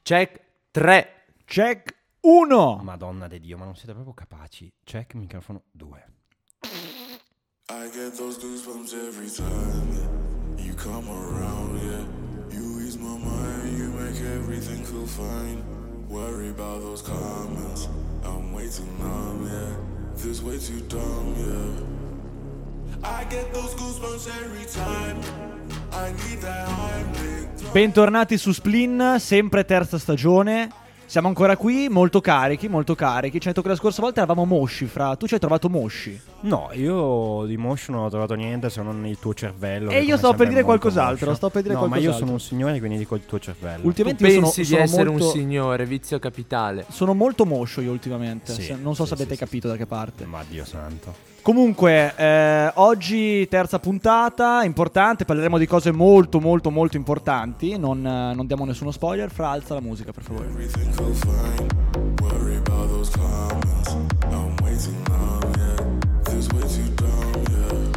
Check 3. Check 1. Madonna di Dio, ma non siete proprio capaci. Check microfono 2. I get those goosebumps every time you come around, yeah. You ease my mind, you make everything feel fine. Worry about those comments, I'm way too numb, yeah. This way too dumb, yeah. I get those goosebumps every time. I need that high. Bentornati su Splin, sempre terza stagione. Siamo ancora qui, molto carichi. Ci hai detto che la scorsa volta eravamo mosci, Fra. Tu ci hai trovato mosci? No, io di motion non ho trovato niente se non il tuo cervello. E io sto per dire qualcos'altro. No, ma io sono un signore, quindi dico il tuo cervello. Ultimamente Tu io pensi sono di essere molto... un signore, vizio capitale. Sono molto moscio io ultimamente. Sì, Non so se sì, avete sì, capito da che parte. Ma Dio santo. Comunque, oggi terza puntata, importante, parleremo di cose molto importanti, non diamo nessuno spoiler. Fra, alza la musica per favore. Everything feel fine. Worry about those comments, I'm way too numb, yeah. This way too dumb,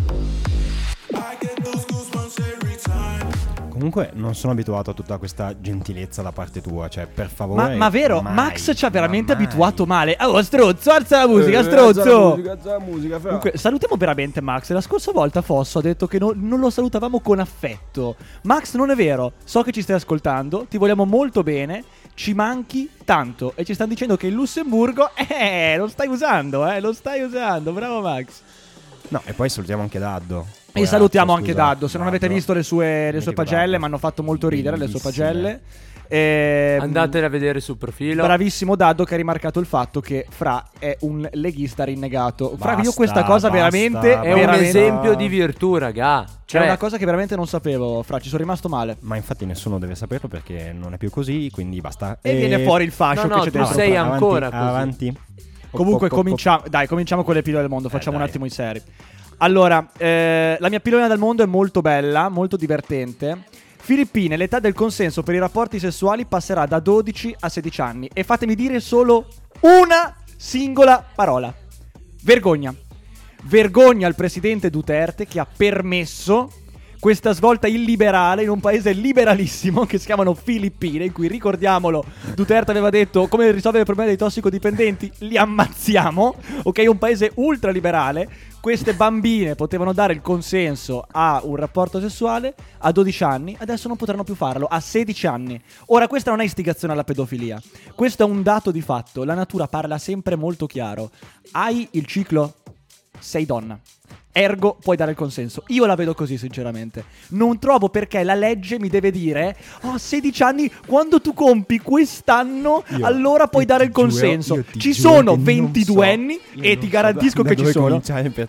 yeah. I get those goosebumps every time. Comunque non sono abituato a tutta questa gentilezza da parte tua, cioè per favore. Ma vero, mai, Max ci ha veramente mai. abituato male. Oh, strozzo, alza la musica, strozzo. Alza la musica, fra. Comunque, salutiamo veramente Max. La scorsa volta Fosso ha detto che non lo salutavamo con affetto. Max, non è vero. So che ci stai ascoltando, ti vogliamo molto bene. Ci manchi tanto. E ci stanno dicendo che il Lussemburgo lo stai usando, lo stai usando. Bravo Max. No, e poi salutiamo anche Daddo. E salutiamo anche scusa, Daddo. Se non avete visto le sue pagelle, mi hanno fatto molto ridere le sue pagelle. Andatele a vedere sul profilo. Bravissimo Daddo, che ha rimarcato il fatto che Fra è un leghista rinnegato. Fra, io Basta, questa cosa basta, veramente È un veramente- esempio di virtù, raga. È Cioè, una cosa che veramente non sapevo, Fra, ci sono rimasto male. Ma infatti nessuno deve saperlo perché non è più così, quindi basta. E viene fuori il fascio No, che c'è tu dentro. sei Fra. ancora così. Avanti. Comunque cominciamo con le pillole del mondo. Facciamo un dai. attimo i seri. Allora, la mia pillolina del mondo è molto bella, molto divertente. Filippine, l'età del consenso per i rapporti sessuali passerà da 12 a 16 anni. E fatemi dire solo una singola parola: vergogna. Vergogna al presidente Duterte che ha permesso questa svolta illiberale in un paese liberalissimo che si chiamano Filippine, in cui, ricordiamolo, Duterte aveva detto: come risolvere il problema dei tossicodipendenti? Li ammazziamo. Ok, un paese ultraliberale. Queste bambine potevano dare il consenso a un rapporto sessuale a 12 anni, adesso non potranno più farlo a 16 anni. Ora, questa non è istigazione alla pedofilia, questo è un dato di fatto. La natura parla sempre molto chiaro. Hai il ciclo? Sei donna. Ergo puoi dare il consenso. Io la vedo così, sinceramente. Non trovo perché la legge mi deve dire: oh, 16 anni, quando tu compi quest'anno, allora puoi dare il consenso. Ci sono 22enni e ti garantisco che ci sono.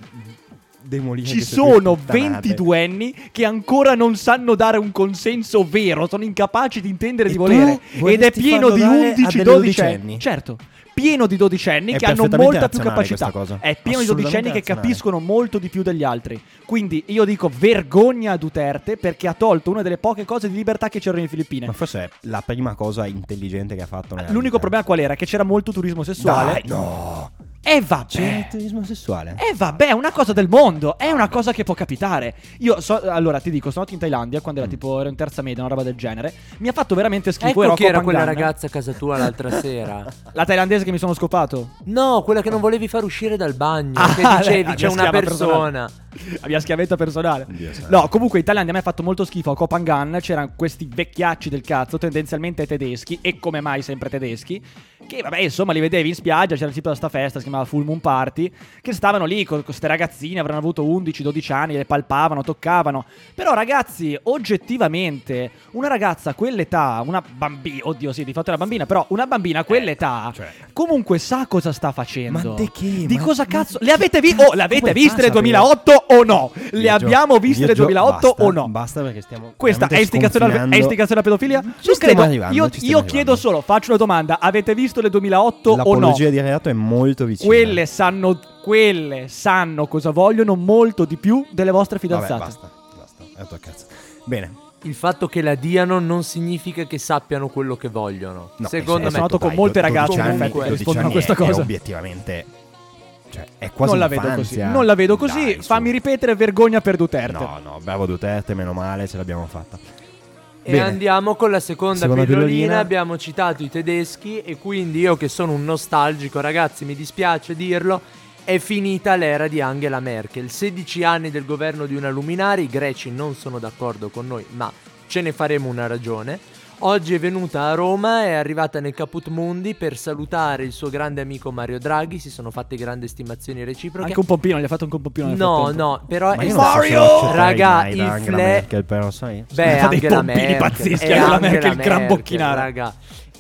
Ci sono 22enni che ancora non sanno dare un consenso vero, sono incapaci di intendere, di volere. Ed è pieno di 11-12 anni. Certo. Pieno di dodicenni che hanno molta più capacità. È pieno di dodicenni che capiscono molto di più degli altri. Quindi io dico vergogna a Duterte, perché ha tolto una delle poche cose di libertà che c'erano in Filippine. Ma forse è la prima cosa intelligente che ha fatto nella L'unico vita. problema qual era? Che c'era molto turismo sessuale. Dai, no. E vabbè. C'è il turismo sessuale. E vabbè, è una cosa del mondo, è una cosa che può capitare. Allora ti dico, sono andato in Thailandia quando ero in terza media, una roba del genere. Mi ha fatto veramente schifo. ecco che era Koh quella Phangan. ragazza a casa tua l'altra sera. La thailandese che mi sono scopato. No, quella che non volevi far uscire dal bagno. Ah, Che dicevi la c'è mia una schiava persona. La mia schiavetta personale. Dio santo. No, comunque in Thailandia a me ha fatto molto schifo. A Koh Phangan c'erano questi vecchiacci del cazzo, tendenzialmente tedeschi, e come mai sempre tedeschi, che vabbè, insomma, li vedevi in spiaggia. C'era tipo sta festa, si chiamava Full Moon Party, che stavano lì con queste ragazzine, avranno avuto 11-12 anni, le palpavano, toccavano. Però ragazzi, oggettivamente una ragazza a quell'età, una bambina, oddio sì, di fatto è una bambina, però una bambina a quell'età comunque sa cosa sta facendo. Ma de che? Di Ma- cosa ma- cazzo? Le avete l'avete come viste fa a nel 2008 o no? Le abbiamo viste nel 2008 o no? Basta, perché stiamo Questa è veramente istigazione sconfinando. alla pedofilia? Ci Non stiamo credo. arrivando, Io ci stiamo chiedo arrivando. solo, faccio una domanda: avete visto le 2008 o no? L'apologia di reato è molto vicina. Quelle sanno cosa vogliono molto di più delle vostre fidanzate. Vabbè, basta. È tutto a cazzo. Bene. Il fatto che la diano non significa che sappiano quello che vogliono. No, Secondo sono me andato con molte ragazze, in effetti, che rispondono a questa cosa. È obiettivamente, cioè, è quasi Non la vedo così. infanzia. Non la vedo così. Dai, su. Fammi ripetere: vergogna per Duterte. No, bravo Duterte, meno male, ce l'abbiamo fatta. E Bene. andiamo con la seconda Seconda pillolina. pillolina. Abbiamo citato i tedeschi e quindi io che sono un nostalgico, ragazzi, mi dispiace dirlo, è finita l'era di Angela Merkel. 16 anni del governo di una luminare, i greci non sono d'accordo con noi, ma ce ne faremo una ragione. Oggi è venuta a Roma, è arrivata nel Caput Mundi per salutare il suo grande amico Mario Draghi, si sono fatte grandi stimazioni reciproche. Anche un pompino, gli ha fatto un pompino nel No, frattempo. no, però Ma è io non so se Mario! lo accetterei Raga, mai da il Angela flair- Merkel, però sai. Beh, Fa dei Angela pompini Merkel, pazzeschi, è Angela Angela Merkel, gran Merkel, bocchinara. raga.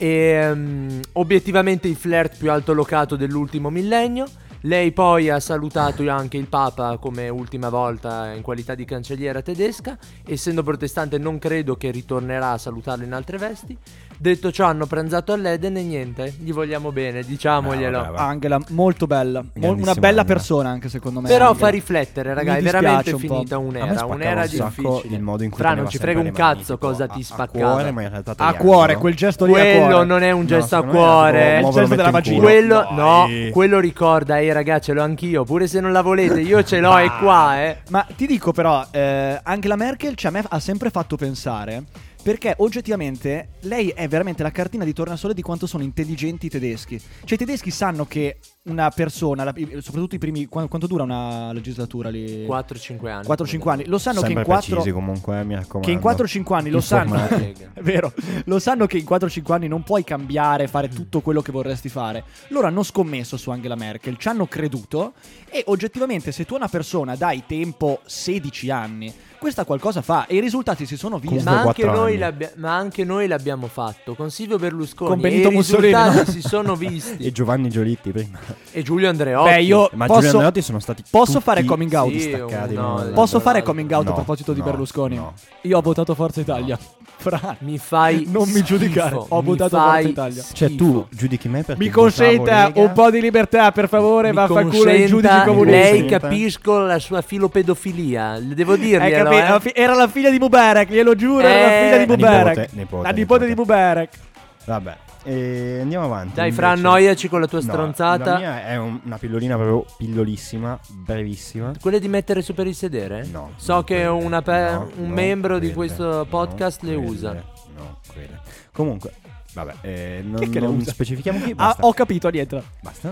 Obiettivamente il flirt più altolocato dell'ultimo millennio. Lei poi ha salutato anche il Papa come ultima volta in qualità di cancelliera tedesca. Essendo protestante non credo che ritornerà a salutarlo in altre vesti. Detto ciò, hanno pranzato all'Eden e niente, gli vogliamo bene, diciamoglielo. Brava. Angela, molto bella. Grandissima Una bella Angela. persona anche secondo me. Però Angela. fa riflettere, raga, Mi è veramente dispiace un po'. finita A me un'era, spaccava un'era un sacco difficile. il modo in cui Fra, non teneva ci sempre frega un le mani, cazzo tipo, cosa ti a spaccava. cuore, ma in realtà A tagliando. cuore, quel gesto lì a Quello cuore. non è un gesto a secondo me cuore. era tipo, Il "Mo ve lo gesto della metto in vagina. culo". Quello, no, Dai. quello ricorda, raga, ce l'ho anch'io. Pure se non la volete, io ce l'ho, è qua, Ma ti dico però, Angela Merkel a me ha sempre fatto pensare, perché oggettivamente lei è veramente la cartina di tornasole di quanto sono intelligenti i tedeschi. Cioè i tedeschi sanno che una persona, soprattutto i primi, quanto dura una legislatura lì? 4-5 anni. 4-5 anni. Lo sanno Sempre che in 4 precisi comunque, mi raccomando. che in 4-5 anni lo sanno. Informati. È vero. Lo sanno che in 4-5 anni non puoi cambiare, fare tutto quello che vorresti fare. Loro hanno scommesso su Angela Merkel, ci hanno creduto e oggettivamente se tu a una persona dai tempo 16 anni, questa qualcosa fa e i risultati si sono visti. Comunque Ma anche, 4 noi anni. ma anche noi l'abbiamo fatto con Silvio Berlusconi. Con Benito e i Mussolini, risultati no? si sono visti. E Giovanni Giolitti prima. E Giulio Andreotti. Beh, io Ma Giulio posso, Andreotti sono stati posso tutti fare coming out. Sì, staccati no, l'uno dall'altro. Posso fare dall'altro. coming out No, a proposito di no, Berlusconi? no. Io ho votato Forza Italia. Fra. Mi fai Non mi schifo, giudicare, ho mi votato fai Forza Italia. Cioè schifo. tu giudichi me perché Mi votavo consenta Lega? un po' di libertà, per favore, Mi vaffanculo ai giudici consenta, comunisti. lei Consenta. capisco la sua filopedofilia. Devo dirglielo, Era la figlia di Mubarak, glielo giuro, era la figlia di La Mubarak. nipote, La nipote di Mubarak. Vabbè, andiamo avanti. Dai, Fra, invece. annoiaci con la tua No, stronzata. La mia è una pillolina proprio pillolissima, brevissima. Quelle di mettere su per il sedere? No. So non che quelle. No, un no, membro di quelle. questo podcast No, le quelle. usa. No, quelle. Comunque, vabbè, non, Chi è che le non usa? specifichiamo chi. Ah, Basta. ho capito, niente. Basta.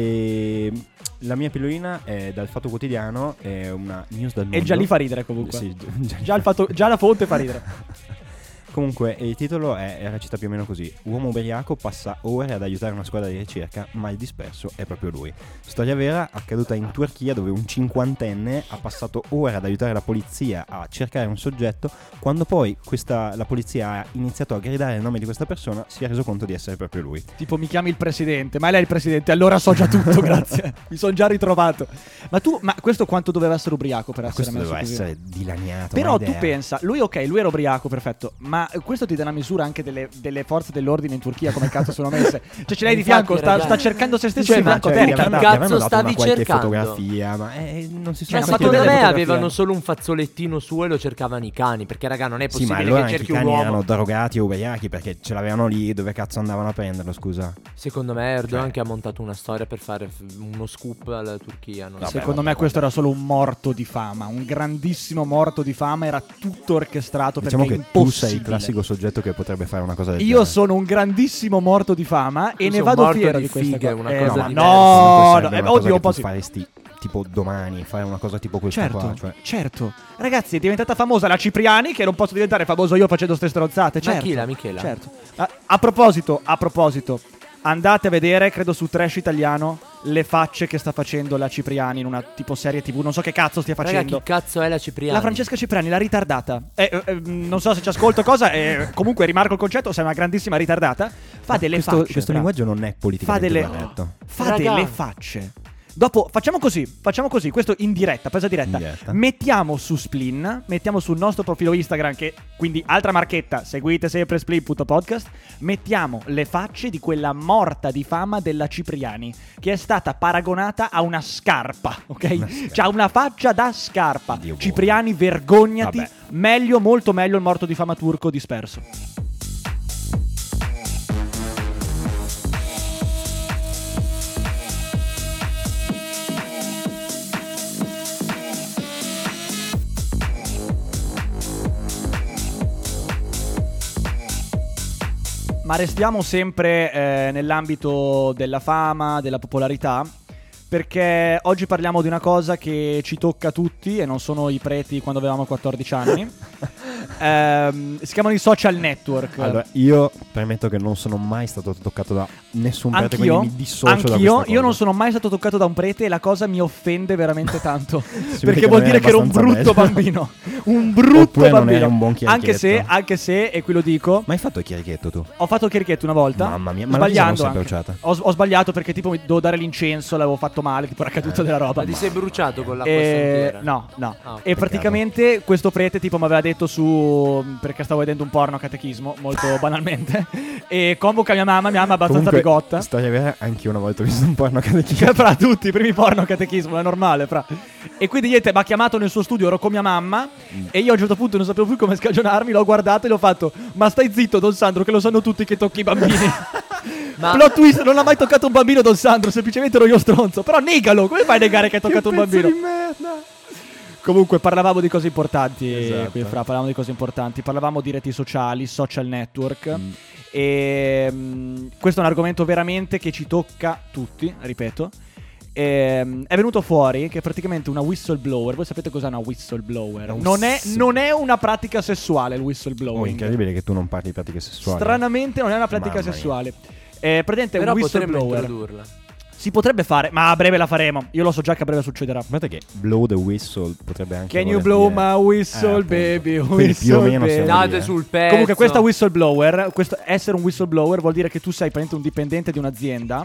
E la mia pillolina è dal Fatto Quotidiano, è una news dal mondo. E già lì fa ridere comunque. Sì, Già la fonte fa ridere. Comunque il titolo recita più o meno così: uomo ubriaco passa ore ad aiutare una squadra di ricerca, ma il disperso è proprio lui. Storia vera accaduta in Turchia, dove un 50enne ha passato ore ad aiutare la polizia a cercare un soggetto. Quando poi la polizia ha iniziato a gridare il nome di questa persona, si è reso conto di essere proprio lui. Tipo mi chiami il presidente, ma lei è il presidente, allora so già tutto, grazie. Mi sono già ritrovato. Ma questo quanto doveva essere ubriaco per essere Questo messo doveva così? essere dilaniato. Però ma tu idea. pensa, lui era ubriaco, perfetto, ma questo ti dà una misura anche delle forze dell'ordine in Turchia, come cazzo sono messe. Cioè ce l'hai di Infatti, fianco, ragazzi. sta cercando se stesso Cioè, di ma fianco a te, che ritardato. cazzo Gli avevano dato stavi una qualche cercando? fotografia, ma non si sono Cioè, fatto secondo delle me fotografie. avevano solo un fazzolettino suo e lo cercavano i cani. Perché, raga, non è Sì, ma possibile allora che anche i cerchi un cani uomo. erano drogati o ubriachi, perché ce l'avevano lì, dove cazzo andavano a prenderlo, scusa? Secondo me Erdogan che ha montato una storia per fare uno scoop alla Turchia. Non so. Secondo me questo era solo un morto di fama, un grandissimo morto di fama, era tutto orchestrato Diciamo perché che è tu impossibile. sei il classico soggetto che potrebbe fare una cosa del Io genere. sono un grandissimo morto di fama e Tu ne sei un vado morto fiero di di questa figa, cosa. una cosa ma diversa. no, Sarebbe una cosa oddio, che un po' tu sì. faresti tipo domani, fare una cosa tipo questa Certo, qua, cioè. certo. Ragazzi, è diventata famosa la Cipriani, che non posso diventare famoso io facendo ste stronzate. Ma Certo. chi la Michela? Certo. A proposito, andate a vedere, credo su Trash Italiano, le facce che sta facendo la Cipriani in una tipo serie TV, non so che cazzo stia Raga, facendo. chi cazzo è la Cipriani? La Francesca Cipriani, la ritardata. Non so se ci ascolto cosa, comunque rimarco il concetto, sei una grandissima ritardata. Fa delle facce. Questo fra. linguaggio non è Fa politicamente delle corretto. Fa Raga. delle facce. Dopo facciamo così, questo in diretta, presa diretta. In diretta. Mettiamo su Splin, mettiamo sul nostro profilo Instagram, che quindi altra marchetta, seguite sempre Splin.podcast, mettiamo le facce di quella morta di fama della Cipriani, che è stata paragonata a una scarpa, ok? C'ha una faccia da scarpa. Dio buono. Cipriani, vergognati. Vabbè. Meglio, molto meglio il morto di fama turco disperso. Ma restiamo sempre nell'ambito della fama, della popolarità, perché oggi parliamo di una cosa che ci tocca tutti e non sono i preti quando avevamo 14 anni. Si chiamano i social network. Allora, io premetto che non sono mai stato toccato da nessun prete, quindi mi dissocio da questa cosa. Io non sono mai stato toccato da un prete e la cosa mi offende veramente tanto. Sì, perché vuol dire che ero un brutto bambino. Un brutto Oppure bambino. non eri un buon chierichetto. Anche se, e qui lo dico, Ma hai fatto il chierichetto tu? ho fatto il chierichetto una volta. Mamma mia, ma sbagliando la anche. bruciata. Ho sbagliato perché tipo mi dovevo dare l'incenso, l'avevo fatto male, tipo era caduta della roba. Ma ti sei bruciato con l'acqua santiera? No. Ah, E praticamente questo prete tipo mi aveva detto perché stavo vedendo un porno a catechismo, molto banalmente. E convoca mia mamma è abbastanza Comunque, bigotta. storia vera, anch'io una volta ho visto un porno catechismo. Fra tutti, i primi porno a catechismo, è normale, fra. E quindi niente, mi ha chiamato nel suo studio, ero con mia mamma. E io a un certo punto non sapevo più come scagionarmi, l'ho guardato e l'ho fatto: ma stai zitto, Don Sandro, che lo sanno tutti che tocchi i bambini. Ma Plot twist, non ha mai toccato un bambino Don Sandro, semplicemente ero io stronzo. Però negalo, come fai a negare che hai toccato un bambino? Comunque parlavamo di cose importanti, Esatto. qui fra, parlavamo di cose importanti, parlavamo di reti sociali, social network. E questo è un argomento veramente che ci tocca tutti, ripeto. È venuto fuori che praticamente una whistleblower, voi sapete cos'è una whistleblower? Non è una pratica sessuale il whistleblowing. Oh, incredibile che tu non parli di pratiche sessuali. Stranamente non è una pratica Mamma mia. sessuale. Praticamente però un potremmo whistleblower introdurla. si potrebbe fare, ma a breve la faremo. Io lo so già che a breve succederà. Guarda che blow the whistle potrebbe anche Can you voler blow dire- my whistle, appunto. baby? Quindi Whistle, più o meno baby. siamo Date lì, sul pezzo. Comunque questa whistleblower, essere un whistleblower vuol dire che tu sei praticamente un dipendente di un'azienda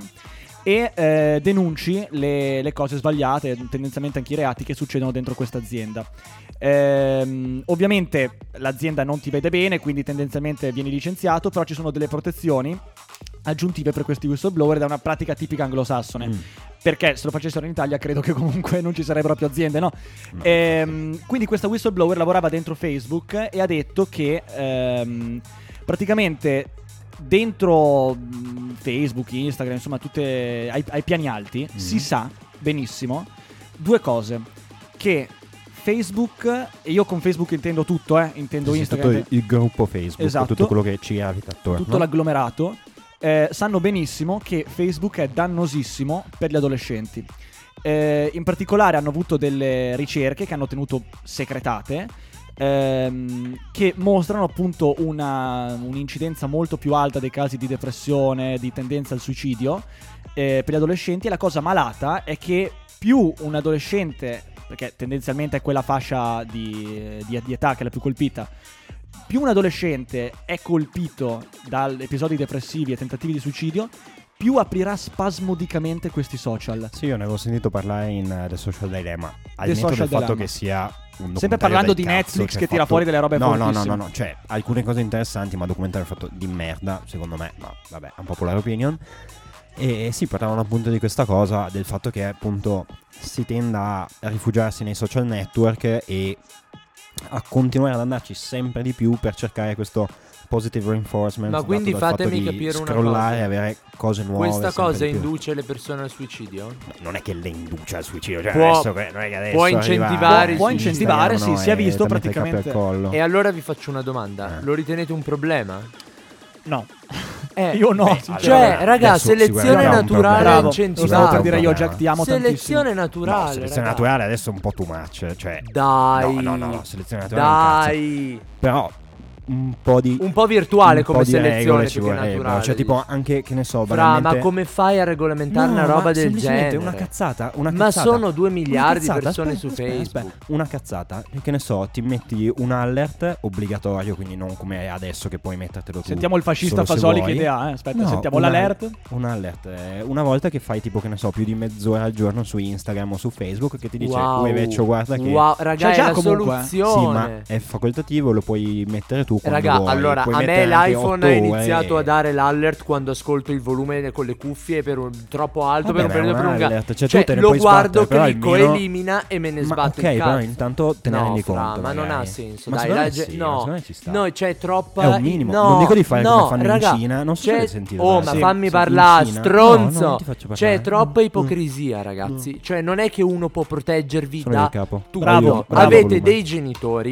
e denunci le cose sbagliate, tendenzialmente anche i reati che succedono dentro questa azienda. Ovviamente l'azienda non ti vede bene, quindi tendenzialmente vieni licenziato, però ci sono delle protezioni aggiuntive per questi whistleblower ed è una pratica tipica anglosassone. Perché se lo facessero in Italia credo che comunque non ci sarebbero più aziende, no? Quindi questa whistleblower lavorava dentro Facebook e ha detto che praticamente dentro Facebook, Instagram, insomma tutte ai piani alti si sa benissimo due cose: che Facebook, e io con Facebook intendo tutto, intendo Sì, Instagram, tutto il gruppo Facebook, Esatto. tutto quello che ci gravita attorno. tutto l'agglomerato, sanno benissimo che Facebook è dannosissimo per gli adolescenti. In particolare hanno avuto delle ricerche che hanno tenuto segretate, che mostrano appunto un'incidenza molto più alta dei casi di depressione, di tendenza al suicidio per gli adolescenti. E la cosa malata è che più un adolescente, perché tendenzialmente è quella fascia di età che è la più colpita, più un adolescente è colpito da episodi depressivi e tentativi di suicidio, più aprirà spasmodicamente questi social. Sì, io ne avevo sentito parlare in The Social Dilemma. Al The netto del Social fatto Dilemma. che sia un documentario Sempre parlando del di cazzo, Netflix cioè che tira fatto- fuori delle robe fortissime. No, cioè alcune cose interessanti, ma documentario fatto di merda, secondo me. Ma vabbè, è un popular opinion. E sì, parlavano appunto di questa cosa, del fatto che appunto si tenda a rifugiarsi nei social network e a continuare ad andarci sempre di più per cercare questo positive reinforcement. Ma quindi dato dal fatto fatemi di capire una scrollare cosa. e avere cose nuove. Questa sempre cosa di più. induce le persone al suicidio? Non è che le induce al suicidio, cioè Può- adesso che non è che adesso può arriva incentivare Può su incentivare, Instagram, sì, si è e visto ti mette i capi praticamente. al collo. E allora vi faccio una domanda. Lo ritenete un problema? No. Eh, Io no, beh, sinceramente. Cioè, raga, adesso selezione sicuramente è un naturale problema. Bravo, lo stavo incentivata. per dire io, Problema. Jack, ti amo tantissimo. Selezione No, naturale. selezione raga. naturale adesso è un po' too much, cioè Dai. No, selezione naturale Dai. però un po' di Un po' virtuale un come po' di selezione regole ci più che vorrebbero, naturale. cioè tipo anche che ne so, Fra, banalmente ma come fai a regolamentare No, una ma roba del semplicemente genere? una cazzata. Ma sono 2 Una miliardi di cazzata, persone aspetta, su aspetta, Facebook. aspetta. Una cazzata, che ne so, ti metti un alert obbligatorio, quindi non come adesso che puoi mettertelo tu. Sentiamo il fascista solo se Fasoli vuoi. che idea ha. Aspetta, No, sentiamo un l'alert. Un alert una volta che fai tipo che ne so più di mezz'ora al giorno su Instagram o su Facebook che ti dice Wow. Vecchio guarda che Wow, raga, C'è è già la comunque. sì, soluzione. ma è facoltativo, lo puoi mettere tu quando Raga, vuoi. allora Puoi a me mettere anche l'iPhone 8 ha ore iniziato e- a dare l'alert quando ascolto il volume con le cuffie per troppo alto Vabbè, per un periodo ma è un prolungato. alert, cioè, Cioè, tu te ne lo puoi guardo, sbattere, però clicco, almeno- elimina e me ne Ma sbatto ok, il cazzo. però intanto te ne No, rendi fra, conto ma non magari. ha senso. Ma Dai, secondo me la sì, no, secondo me ci sta. no, c'è troppa. È un minimo. No, Non dico di fare no, come fanno in raga, Cina, non so se c'è- avete sentito, Oh, dai. ma Sì, fammi sì, parlare, in Cina. stronzo. No, non ti faccio C'è parlare. troppa ipocrisia, ragazzi. Cioè, non è che uno può proteggervi Sono da il capo. tutto. Bravo, bravo. Avete volume. dei genitori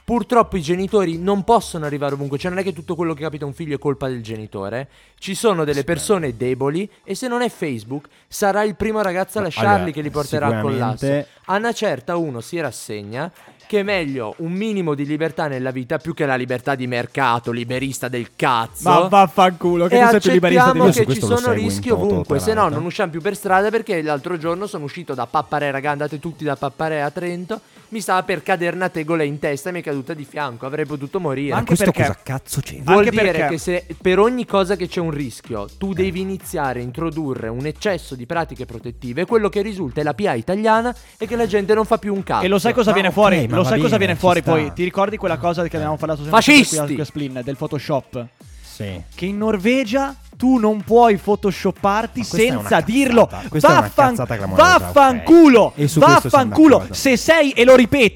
Purtroppo i genitori non possono arrivare ovunque, cioè non è che tutto quello che capita a un figlio è colpa del genitore. Ci sono delle persone deboli e se non è Facebook sarà il primo ragazzo a lasciarli allora, che li porterà al collasso. A una certa uno si rassegna che è meglio un minimo di libertà nella vita più che la libertà di mercato, liberista del cazzo. Ma vaffanculo, che e tu sei più liberista di accettiamo me. che ci Questo lo sono seguo in rischi toto, ovunque, tra se no l'altro. non usciamo più per strada perché l'altro giorno sono uscito da Pappare, raga, andate tutti da Pappare a Trento, mi stava per cadere una tegola in testa e mi è caduta di fianco, avrei potuto morire. Ma Ma anche questo perché- cosa cazzo c'è? Vuol anche dire perché- che se per ogni cosa che c'è un rischio tu devi iniziare a introdurre un eccesso di pratiche protettive, quello che risulta è la PA italiana e che la gente non fa più un cazzo. E lo sai cosa Ma viene ok, fuori? ma Lo va sai cosa bene, viene ci fuori sta. poi? Ti ricordi quella cosa che avevamo parlato sempre Fascisti! qui a Splin, del Photoshop? Sì. Che in Norvegia tu non puoi photoshopparti Ma questa è senza una dirlo. cazzata. Questa è una cazzata clamorosa, Vaffanculo! ok. E su questo siamo Vaffanculo! d'accordo. Se sei, e lo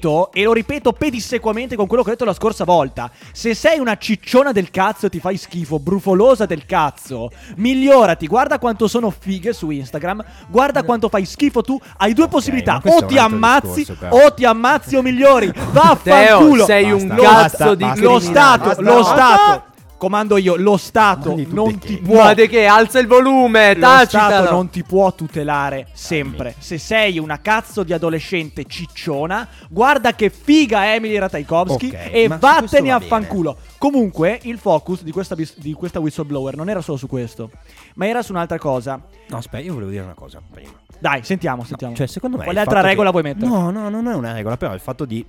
ripeto pedissequamente con quello che ho detto la scorsa volta, se sei una cicciona del cazzo e ti fai schifo, brufolosa del cazzo, migliorati, guarda quanto sono fighe su Instagram, guarda quanto fai schifo tu, hai due possibilità, ma questo o è ti un altro ammazzi discorso, però. o ti ammazzi o migliori. Vaffanculo! Teo, sei un Basta, cazzo di basta, Lo criminale. Stato, lo Stato, comando io, lo Stato Mandi tu non te ti che- può. Guarda che alza il volume, Lo Stato tacitalo. non ti può tutelare sempre. Se sei una cazzo di adolescente cicciona, guarda che figa Emily Ratajkowski Ok, e ma su questo vattene va a bene. fanculo. Comunque, il focus di questa whistleblower non era solo su questo, ma era su un'altra cosa. No, aspetta, io volevo dire una cosa prima. Dai, sentiamo. Cioè, secondo me Quale il altra fatto regola che- vuoi mettere? No, non è una regola, però il fatto di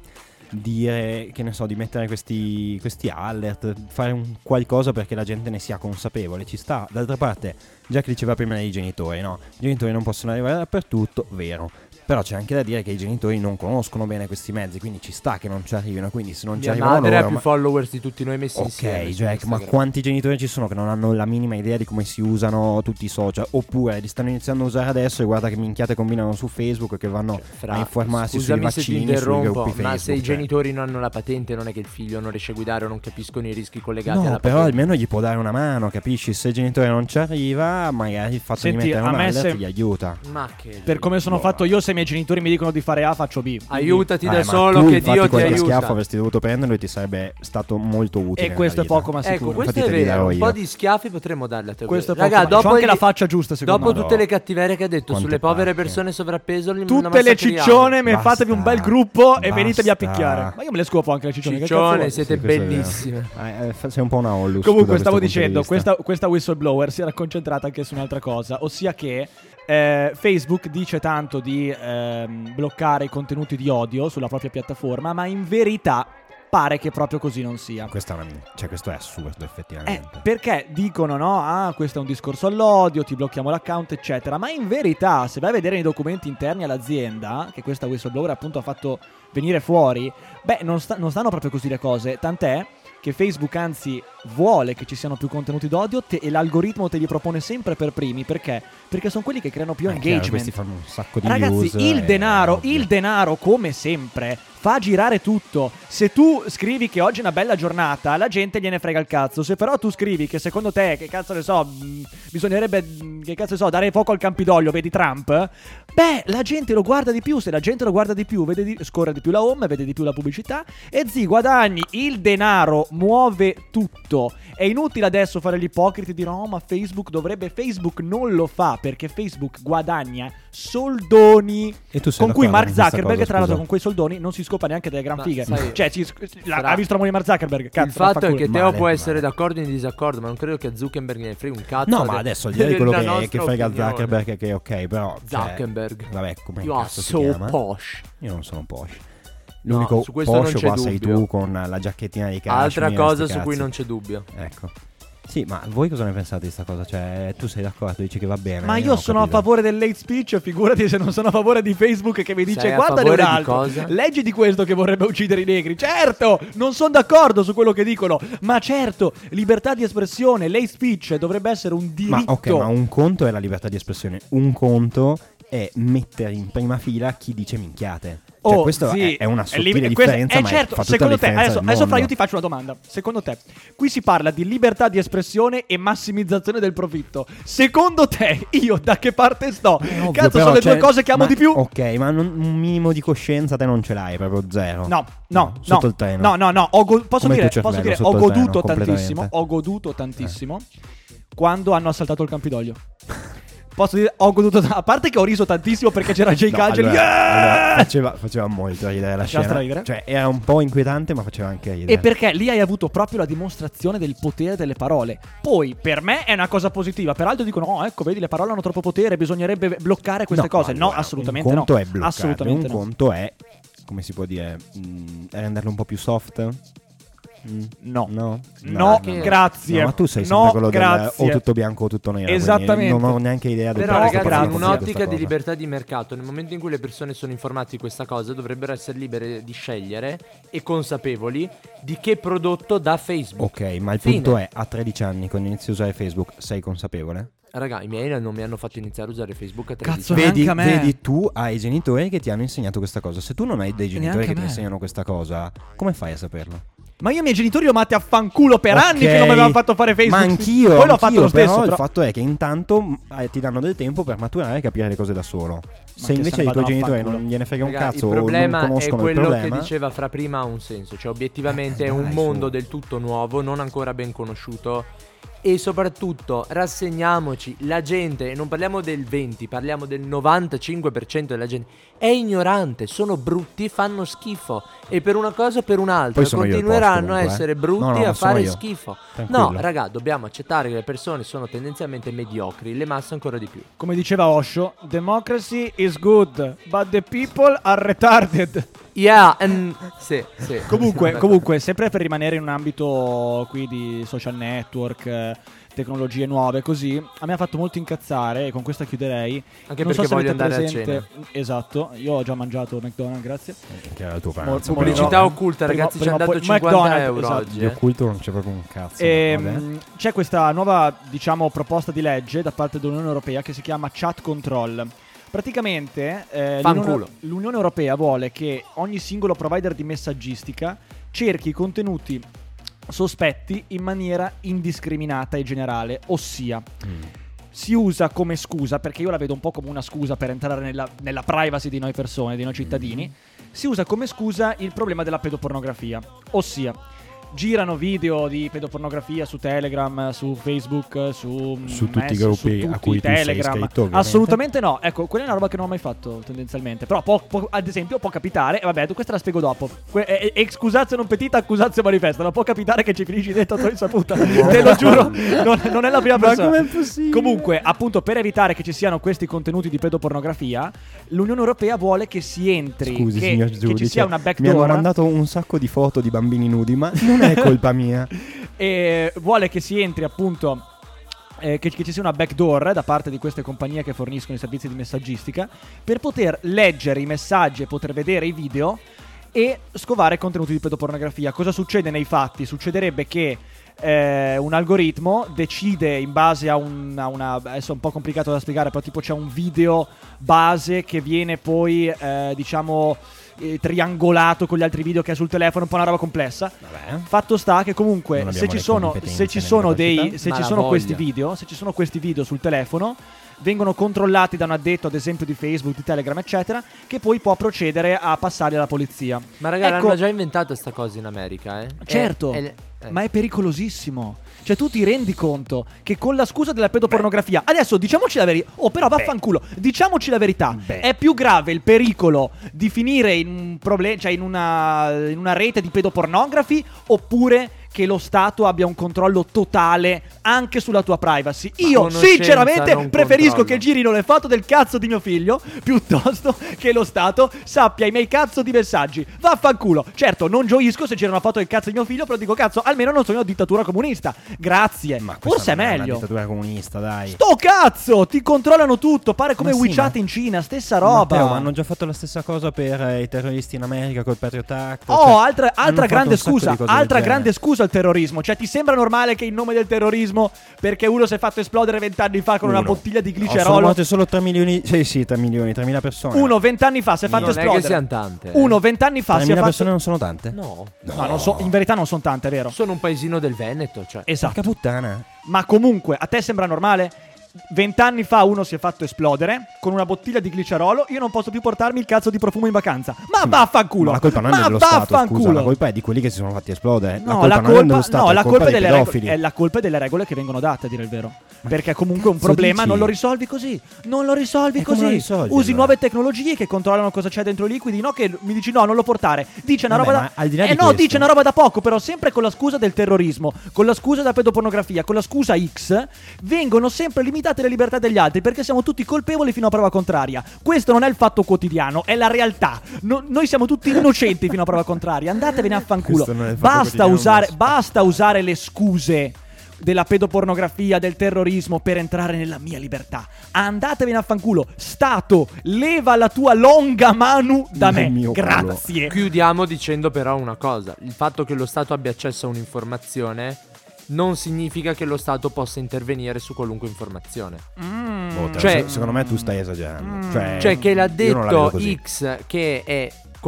dire, che ne so, di mettere questi alert, fare un qualcosa perché la gente ne sia consapevole, ci sta. D'altra parte, già che diceva prima dei genitori, no? I genitori non possono arrivare dappertutto, vero. Però c'è anche da dire che i genitori non conoscono bene questi mezzi, quindi ci sta che non ci arrivino, quindi se non ci Mia arrivano madre loro, ha più followers di tutti noi messi insieme. ok, su Jack, ma Instagram. quanti genitori ci sono che non hanno la minima idea di come si usano tutti i social? Oppure li stanno iniziando a usare adesso e guarda che minchiate combinano su Facebook che vanno Fra, a informarsi sui scusami se ti vaccini, sui interrompo, gruppi ma Facebook. se i cioè. genitori non hanno la patente non è che il figlio non riesce a guidare o non capiscono i rischi collegati No, alla però patente. almeno gli può dare una mano, capisci? Se il genitore non ci arriva, magari il fatto Senti, di mettere a un me alert se- gli aiuta. Ma che Per come sono fatto io, se i miei genitori mi dicono di fare A, faccio B. aiutati da Ma solo tu, che infatti, Dio ti qualche aiuta. schiaffo avresti dovuto prenderlo e ti sarebbe stato molto utile. E questo è nella vita. poco ma Ecco, sicuro. questo Infatti è te li vero, darò un io. po' di schiaffi potremmo darli a te. Questo è Raga, poco, ma dopo c'ho anche gli- la faccia giusta, secondo dopo me. tutte le cattiverie che ha detto Quante sulle povere pacche. persone sovrappeso, li Tutte le massacriamo. ciccione, Basta, fatevi un bel gruppo e basta. venitevi a picchiare. Ma io me le scopo anche le ciccione. che cazzo Ciccione, vuoi? siete Sì, questo è vero. bellissime. Sei un po' una Hollus. Comunque, tu da stavo questo punto di dicendo, vista. questa whistleblower si era concentrata anche su un'altra cosa, ossia che Facebook dice tanto di bloccare i contenuti di odio sulla propria piattaforma, ma in verità pare che proprio così non sia. Questo è assurdo, effettivamente. Perché dicono no, questo è un discorso all'odio, ti blocchiamo l'account eccetera, ma in verità se vai a vedere i documenti interni all'azienda, che questa whistleblower appunto ha fatto venire fuori, non stanno proprio così le cose, tant'è che Facebook anzi vuole che ci siano più contenuti d'odio e l'algoritmo te li propone sempre per primi, perché sono quelli che creano più Chiaro, engagement. questi fanno un sacco di Ragazzi, views, il denaro ovvio. come sempre fa girare tutto. Se tu scrivi che oggi è una bella giornata, la gente gliene frega il cazzo. Se però tu scrivi che secondo te, che cazzo ne so, bisognerebbe, che cazzo ne so, dare fuoco al Campidoglio, vedi Trump, la gente lo guarda di più. Se la gente lo guarda di più, scorre di più la home, vede di più la pubblicità e guadagni. Il denaro muove tutto. È inutile adesso fare gli ipocriti e dire no, ma Facebook non lo fa perché Facebook guadagna soldoni E tu sei con cui d'accordo Mark con questa Zuckerberg cosa, tra l'altro scusa? con quei soldoni non si scopa neanche delle gran Ma fighe. sai- Cioè ha visto la moglie di Mark Zuckerberg, cazzo, Il fatto è vaffanculo. che Teo Male, può essere male. d'accordo o in disaccordo, ma non credo che a Zuckerberg ne frega un cazzo. No, ma adesso al di là di quello della che nostra frega opinione. Zuckerberg, che è ok, però. Zuckerberg. Vabbè, come You are cazzo si so chiama? posh. Io non sono posh. No, L'unico su questo non posh c'è qua sei dubbio. tu con la giacchettina di cashmere. Altra cosa sti su cui cazzi. non c'è dubbio. Ecco. Sì, ma voi cosa ne pensate di sta cosa? Cioè, tu sei d'accordo, dici che va bene. Ma io non ho sono a capito. favore dell'hate speech, figurati se non sono a favore di Facebook che mi dice Sei a guardane favore un di altro, cosa? leggi di questo che vorrebbe uccidere i negri. Certo, non sono d'accordo su quello che dicono, ma certo, libertà di espressione, l'hate speech dovrebbe essere un diritto. Ma ok, ma un conto è la libertà di espressione, un conto è mettere in prima fila chi dice minchiate. Cioè, questo sì, è una sottile differenza, ma certo, fa tutta secondo la te, differenza adesso del Fra, io mondo. ti faccio una domanda. Secondo te, qui si parla di libertà di espressione e massimizzazione del profitto. Secondo te, io da che parte sto? Ovvio, Cazzo, però, sono le cioè, due cose che amo ma- di più. Ok, ma un minimo di coscienza te non ce l'hai, proprio zero. No, sotto il treno. No, posso Come dire, il tuo posso cervello dire, ho sotto il treno, goduto completamente. tantissimo, ho goduto tantissimo quando hanno assaltato il Campidoglio. Posso dire, ho goduto, a parte che ho riso tantissimo perché c'era Jake No, Angeli. allora, faceva molto ridere la Faceva scena. straridere? Cioè, era un po' inquietante, ma faceva anche ridere. E perché lì hai avuto proprio la dimostrazione del potere delle parole. Poi, per me è una cosa positiva. Per altri dicono, oh, ecco, vedi, le parole hanno troppo potere, bisognerebbe bloccare queste cose. Allora, No, assolutamente un no. conto è bloccarle, Assolutamente un no. conto è, come si può dire, renderle un po' più soft. No. No, Grazie. No, ma tu sei No, sempre quello grazie. o tutto bianco o tutto nero. quindi Esattamente. Non ho neanche idea del Però perché sto ragazzi, in facendo questa un'ottica di cosa. libertà di mercato, nel momento in cui le persone sono informate di questa cosa, dovrebbero essere libere di scegliere e consapevoli di che prodotto dà Facebook. Ok, ma il Fine. punto è, a 13 anni, quando inizi a usare Facebook, sei consapevole? Raga, i miei non mi hanno fatto iniziare a usare Facebook a 13 Cazzo, anni. neanche a me. Vedi, tu hai i genitori che ti hanno insegnato questa cosa. Se tu non hai dei genitori Neanche che a ti me. insegnano questa cosa, come fai a saperlo? Ma io i miei genitori li ho amati a fanculo per anni che non mi avevano fatto fare Facebook. Ma anch'io, Poi l'ho fatto lo stesso. però Però il fatto è che intanto ti danno del tempo per maturare e capire le cose da solo. Se che invece se ne i tuoi vadano a genitori fanculo. non gliene frega un Raga, cazzo il o non problema è conoscono il quello problema, che diceva Fra prima ha un senso. Cioè obiettivamente è Dai, un su. mondo del tutto nuovo, non ancora ben conosciuto. E soprattutto rassegniamoci, la gente, e non parliamo del 20, parliamo del 95% della gente, è ignorante, sono brutti, fanno schifo. E per una cosa o per un'altra Poi sono io il continueranno posto, a comunque, essere eh. brutti No, e ma a sono fare io. schifo. Tranquillo. No, raga, dobbiamo accettare che le persone sono tendenzialmente mediocri, le masse ancora di più. come diceva Osho, democracy is good, but the people are retarded. Yeah, sì. Comunque, sempre per rimanere in un ambito qui di social network, tecnologie nuove, così, a me ha fatto molto incazzare, e con questa chiuderei. Anche non so perché se voglio avete andare a presente. Esatto, io ho già mangiato McDonald's, grazie. che era il tuo Mo- pranzo. Pubblicità Prima- occulta, prima- ragazzi, ci prima hanno dato poi- 50 McDonald's, euro esatto. oggi. Di occulto non c'è proprio un cazzo. vabbè. C'è questa nuova, diciamo, proposta di legge da parte dell'Unione Europea che si chiama Chat Control. Praticamente Fanculo. l'Unione Europea vuole che ogni singolo provider di messaggistica cerchi i contenuti sospetti in maniera indiscriminata e generale, ossia si usa come scusa, perché io la vedo un po' come una scusa per entrare nella privacy di noi persone, di noi cittadini, si usa come scusa il problema della pedopornografia, ossia girano video di pedopornografia su Telegram, su Facebook, su tutti i gruppi a cui tu sei Telegram. iscritto, ovviamente. Assolutamente no. Ecco, quella è una roba che non ho mai fatto tendenzialmente. Però ad esempio può capitare, e vabbè, questa la spiego dopo. Excusatio non petita, accusatio manifesta. Ma può capitare che ci finisci dentro a tua insaputa. Te lo giuro, non è la prima persona. com'è possibile? Comunque, appunto, per evitare che ci siano questi contenuti di pedopornografia, l'Unione Europea vuole che si entri, Scusi, che signor ci giudice, sia una mi backdoor. hanno mandato un sacco di foto di bambini nudi, ma non è colpa mia. E vuole che si entri appunto che ci sia una backdoor da parte di queste compagnie che forniscono i servizi di messaggistica per poter leggere i messaggi e poter vedere i video e scovare contenuti di pedopornografia. Cosa succede nei fatti? Succederebbe che un algoritmo decide in base a una adesso è un po' complicato da spiegare, però tipo c'è un video base che viene poi diciamo triangolato con gli altri video che è sul telefono, un po' una roba complessa. Vabbè. Fatto sta che comunque Non se abbiamo ci le sono competenze se ci né le sono capacità. se Ma ci la sono questi voglia. video, se ci sono questi video sul telefono, vengono controllati da un addetto, ad esempio di Facebook, di Telegram, eccetera, che poi può procedere a passarli alla polizia. Ma ragazzi, Ecco, hanno già inventato sta cosa in America, certo, ma è pericolosissimo. Cioè tu ti rendi conto che con la scusa della pedopornografia, adesso diciamoci la verità, però vaffanculo, diciamoci la verità, è più grave il pericolo di finire in un problema, cioè in una rete di pedopornografi, oppure che lo Stato abbia un controllo totale anche sulla tua privacy. Io Conoscenza, sinceramente non preferisco controllo. che girino le foto del cazzo di mio figlio piuttosto che lo Stato sappia i miei cazzo di messaggi. Vaffanculo. Certo, non gioisco se c'era una foto del cazzo di mio figlio, però dico cazzo, almeno non sono una dittatura comunista. Grazie. Ma questa Forse è non una meglio. dittatura comunista, dai. Sto cazzo, ti controllano tutto, pare come Ma sì, WeChat ma- in Cina, stessa roba. Matteo, ma hanno già fatto la stessa cosa per i terroristi in America col Patriot Act. Oh, cioè, altra hanno fatto grande un sacco scusa, di cose del genere. altra grande scusa senso il terrorismo? Cioè, ti sembra normale che in nome del terrorismo, perché uno si è fatto esplodere 20 anni fa con una bottiglia di Sono glicerolo, morte solo 3 milioni. Sì, 3 milioni, 3.000 persone. uno 20 anni fa si è fatto Non è che esplodere. siano tante. Uno 20 anni fa si è 3.000 fatto. persone non sono tante? No. No, non so, in verità non sono tante, è vero. Sono un paesino del Veneto, cioè. Esatto. Porca puttana. Ma comunque, a te sembra normale? 20 anni fa uno si è fatto esplodere con una bottiglia di glicerolo. Io non posso più portarmi il cazzo di profumo in vacanza. Ma vaffanculo! Ma la colpa non è dello Stato, scusa. La colpa è di quelli che si sono fatti esplodere. No, la colpa non è dello Stato, no, la è colpa dei delle pedofili. regole, è la colpa delle regole che vengono date, a dire il vero. Perché comunque un problema dici? non lo risolvi così. Non lo risolvi E come così. lo risolvi, Usi allora? nuove tecnologie che controllano cosa c'è dentro i liquidi. No, che mi dici no, non lo portare. Dice una Vabbè, roba ma al di là di no, questo- dice una roba da poco, però sempre con la scusa del terrorismo, con la scusa della pedopornografia, con la scusa X, vengono sempre limitate le libertà degli altri perché siamo tutti colpevoli fino a prova contraria. Questo non è il fatto quotidiano, è la realtà. Noi siamo tutti innocenti fino a prova contraria. Andatevene a fanculo. Questo non è il fatto quotidiano, Basta usare le scuse della pedopornografia, del terrorismo per entrare nella mia libertà. Andatevene a fanculo. Stato, leva la tua longa mano da Nel me. mio culo. Grazie. Chiudiamo dicendo però una cosa. Il fatto che lo Stato abbia accesso a un'informazione non significa che lo Stato possa intervenire su qualunque informazione. Cioè, secondo me tu stai esagerando. Cioè che l'ha io non la vedo detto così. X che è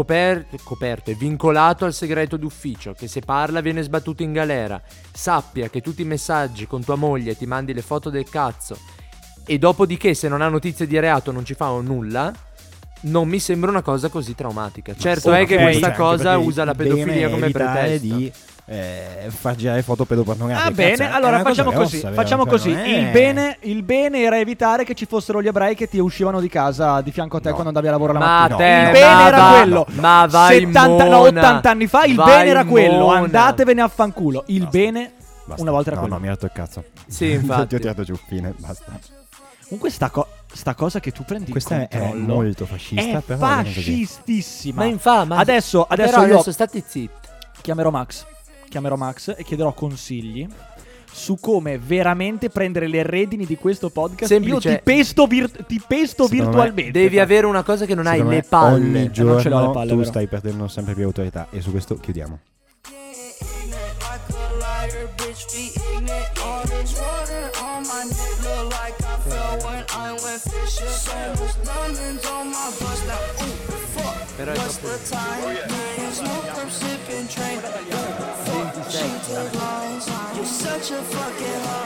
coperto e vincolato al segreto d'ufficio, che se parla viene sbattuto in galera, sappia che tutti i messaggi con tua moglie ti mandi le foto del cazzo e dopodiché se non ha notizie di reato non ci fa nulla, non mi sembra una cosa così traumatica. Certo è che ok, questa Anche cosa perché usa la il bene pedofilia è come evitare pretesto. di far girare foto pedopornografiche. Ah, bene, Cazzo, è allora una cosa facciamo così. grossa, Facciamo vero? così. Cioè, non è- Il bene era evitare che ci fossero gli ebrei che ti uscivano di casa di fianco a te No. quando andavi a lavoro la Ma mattina. te, Il bene ma era va- quello. ma vai 70, no, mona. 80 anni fa il Vai bene era quello. mona. Andatevene a fanculo. Il bene Basta. una volta era No, quello. mi ha rotto il cazzo. Sì, infatti. Ti ho tirato giù, fine, basta. Comunque sta cosa che tu prendi Questa il è controllo molto fascista, è però va bene così. fascistissima. Ma Adesso però io adesso stati zitti. chiamerò Max e chiederò consigli su come veramente prendere le redini di questo podcast. Semplice. Io ti pesto Secondo me virtualmente. Devi avere una cosa che non hai, Secondo le me palle. Ogni giorno non ce l'ho le palle, tu vero? stai perdendo sempre più autorità e su questo chiudiamo. Però è troppo... Such a fucking